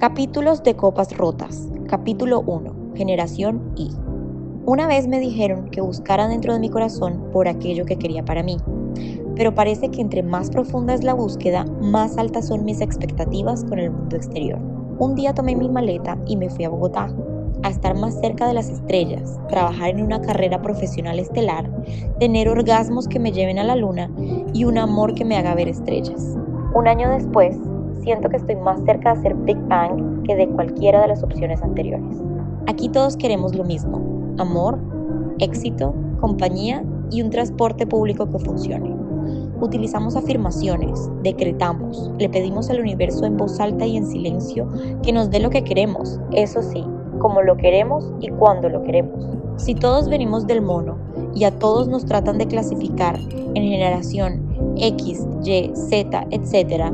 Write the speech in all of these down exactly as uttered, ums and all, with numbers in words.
Capítulos de Copas Rotas. Capítulo uno. Generación Y. Una vez me dijeron que buscara dentro de mi corazón por aquello que quería para mí, pero parece que entre más profunda es la búsqueda, más altas son mis expectativas con el mundo exterior. Un día tomé mi maleta y me fui a Bogotá, a estar más cerca de las estrellas, trabajar en una carrera profesional estelar, tener orgasmos que me lleven a la luna y un amor que me haga ver estrellas. Un año después, siento que estoy más cerca de hacer Big Bang que de cualquiera de las opciones anteriores. Aquí todos queremos lo mismo: amor, éxito, compañía y un transporte público que funcione. Utilizamos afirmaciones, decretamos, le pedimos al universo en voz alta y en silencio que nos dé lo que queremos, eso sí, como lo queremos y cuando lo queremos. Si todos venimos del mono y a todos nos tratan de clasificar en generación X, Y, Z, etcétera,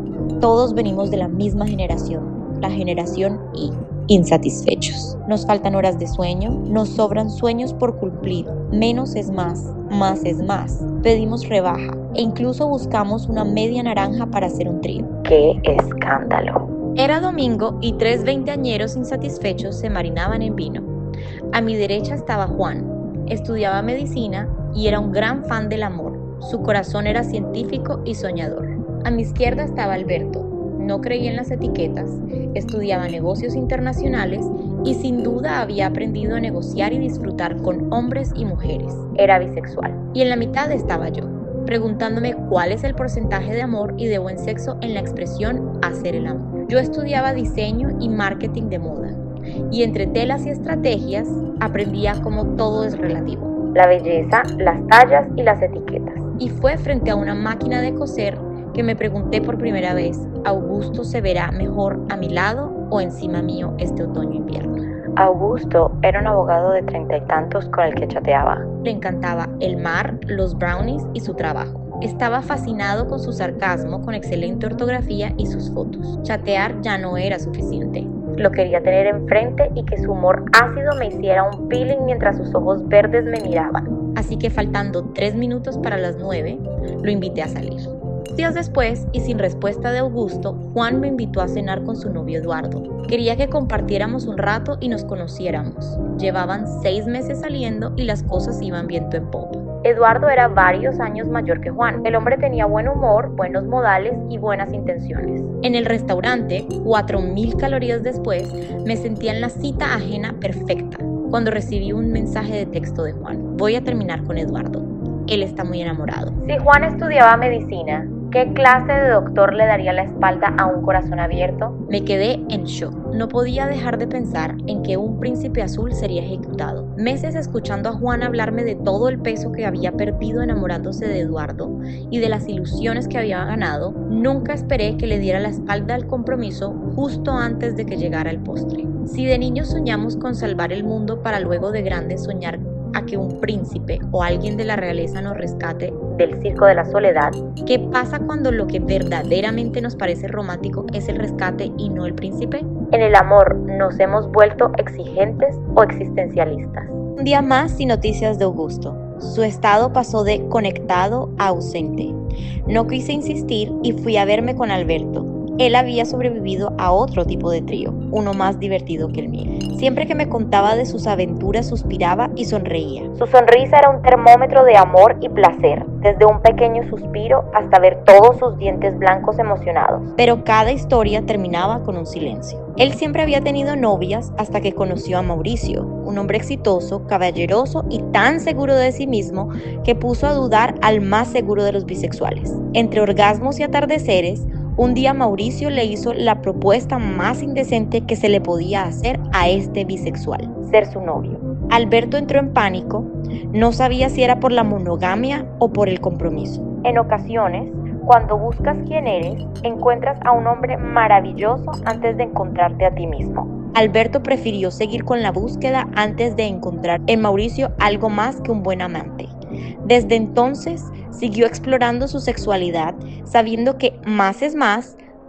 todos venimos de la misma generación, la generación Y. Insatisfechos. Nos faltan horas de sueño, nos sobran sueños por cumplir, menos es más, más es más. Pedimos rebaja e incluso buscamos una media naranja para hacer un trío. ¡Qué escándalo! Era domingo y tres veinteañeros insatisfechos se marinaban en vino. A mi derecha estaba Juan, estudiaba medicina y era un gran fan del amor. Su corazón era científico y soñador. A mi izquierda estaba Alberto. No creía en las etiquetas, estudiaba negocios internacionales y sin duda había aprendido a negociar y disfrutar con hombres y mujeres. Era bisexual. Y en la mitad estaba yo, preguntándome cuál es el porcentaje de amor y de buen sexo en la expresión hacer el amor. Yo estudiaba diseño y marketing de moda, y entre telas y estrategias aprendía cómo todo es relativo. La belleza, las tallas y las etiquetas. Y fue frente a una máquina de coser que me pregunté por primera vez: ¿Augusto se verá mejor a mi lado o encima mío este otoño-invierno? Augusto era un abogado de treinta y tantos con el que chateaba. Le encantaba el mar, los brownies y su trabajo. Estaba fascinado con su sarcasmo, con excelente ortografía y sus fotos. Chatear ya no era suficiente. Lo quería tener enfrente y que su humor ácido me hiciera un peeling mientras sus ojos verdes me miraban. Así que faltando tres minutos para las nueve, lo invité a salir. Días después, y sin respuesta de Augusto, Juan me invitó a cenar con su novio Eduardo. Quería que compartiéramos un rato y nos conociéramos. Llevaban seis meses saliendo y las cosas iban viento en popa. Eduardo era varios años mayor que Juan. El hombre tenía buen humor, buenos modales y buenas intenciones. En el restaurante, cuatro mil calorías después, me sentía en la cita ajena perfecta, cuando recibí un mensaje de texto de Juan. Voy a terminar con Eduardo. Él está muy enamorado. Si Juan estudiaba medicina, ¿qué clase de doctor le daría la espalda a un corazón abierto? Me quedé en shock. No podía dejar de pensar en que un príncipe azul sería ejecutado. Meses escuchando a Juan hablarme de todo el peso que había perdido enamorándose de Eduardo y de las ilusiones que había ganado, nunca esperé que le diera la espalda al compromiso justo antes de que llegara el postre. Si de niños soñamos con salvar el mundo para luego de grandes soñar a que un príncipe o alguien de la realeza nos rescate del circo de la soledad, ¿qué pasa cuando lo que verdaderamente nos parece romántico es el rescate y no el príncipe? En el amor nos hemos vuelto exigentes o existencialistas. Un día más sin noticias de Augusto. Su estado pasó de conectado a ausente. No quise insistir y fui a verme con Alberto. Él había sobrevivido a otro tipo de trío, uno más divertido que el mío. Siempre que me contaba de sus aventuras suspiraba y sonreía. Su sonrisa era un termómetro de amor y placer, desde un pequeño suspiro hasta ver todos sus dientes blancos emocionados. Pero cada historia terminaba con un silencio. Él siempre había tenido novias hasta que conoció a Mauricio, un hombre exitoso, caballeroso y tan seguro de sí mismo que puso a dudar al más seguro de los bisexuales. Entre orgasmos y atardeceres, un día Mauricio le hizo la propuesta más indecente que se le podía hacer a este bisexual: ser su novio. Alberto entró en pánico, no sabía si era por la monogamia o por el compromiso. En ocasiones, cuando buscas quién eres, encuentras a un hombre maravilloso antes de encontrarte a ti mismo. Alberto prefirió seguir con la búsqueda antes de encontrar en Mauricio algo más que un buen amante. Desde entonces, siguió explorando su sexualidad, sabiendo que más es más,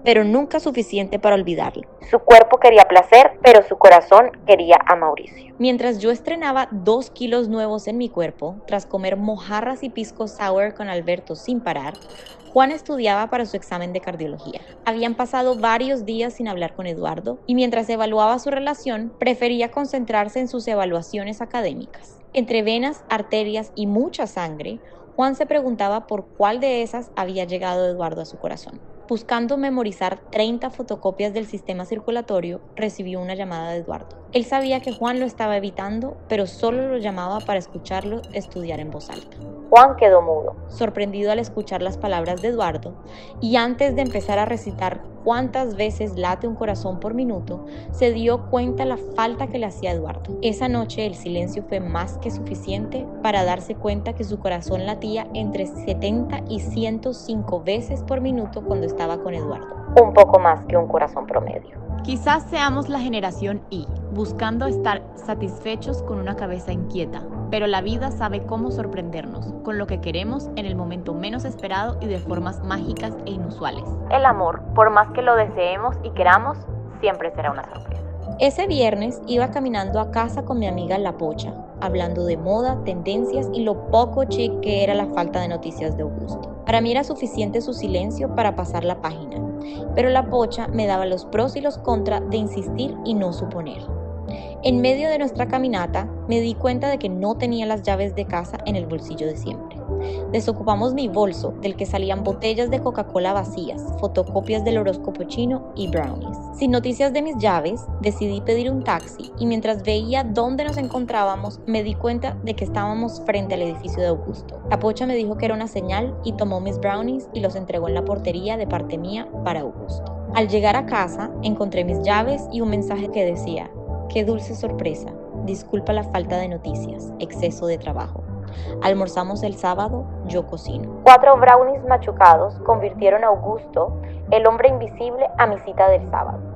pero nunca suficiente para olvidarlo. Su cuerpo quería placer, pero su corazón quería a Mauricio. Mientras yo estrenaba dos kilos nuevos en mi cuerpo, tras comer mojarras y pisco sour con Alberto sin parar, Juan estudiaba para su examen de cardiología. Habían pasado varios días sin hablar con Eduardo y mientras evaluaba su relación, prefería concentrarse en sus evaluaciones académicas. Entre venas, arterias y mucha sangre, Juan se preguntaba por cuál de esas había llegado Eduardo a su corazón. Buscando memorizar treinta fotocopias del sistema circulatorio, recibió una llamada de Eduardo. Él sabía que Juan lo estaba evitando, pero solo lo llamaba para escucharlo estudiar en voz alta. Juan quedó mudo, sorprendido al escuchar las palabras de Eduardo, y antes de empezar a recitar cuántas veces late un corazón por minuto, se dio cuenta la falta que le hacía a Eduardo. Esa noche el silencio fue más que suficiente para darse cuenta que su corazón latía entre setenta y ciento cinco veces por minuto cuando estaba con Eduardo. Un poco más que un corazón promedio. Quizás seamos la generación Y, buscando estar satisfechos con una cabeza inquieta, pero la vida sabe cómo sorprendernos con lo que queremos en el momento menos esperado y de formas mágicas e inusuales. El amor, por más que lo deseemos y queramos, siempre será una sorpresa. Ese viernes iba caminando a casa con mi amiga La Pocha, hablando de moda, tendencias y lo poco chic que era la falta de noticias de Augusto. Para mí era suficiente su silencio para pasar la página, pero La Pocha me daba los pros y los contras de insistir y no suponer. En medio de nuestra caminata, me di cuenta de que no tenía las llaves de casa en el bolsillo de siempre. Desocupamos mi bolso, del que salían botellas de Coca-Cola vacías, fotocopias del horóscopo chino y brownies. Sin noticias de mis llaves, decidí pedir un taxi y mientras veía dónde nos encontrábamos, me di cuenta de que estábamos frente al edificio de Augusto. La Pocha me dijo que era una señal y tomó mis brownies y los entregó en la portería de parte mía para Augusto. Al llegar a casa, encontré mis llaves y un mensaje que decía: qué dulce sorpresa, disculpa la falta de noticias, exceso de trabajo. Almorzamos el sábado, yo cocino. Cuatro brownies machucados convirtieron a Augusto, el hombre invisible, a mi cita del sábado.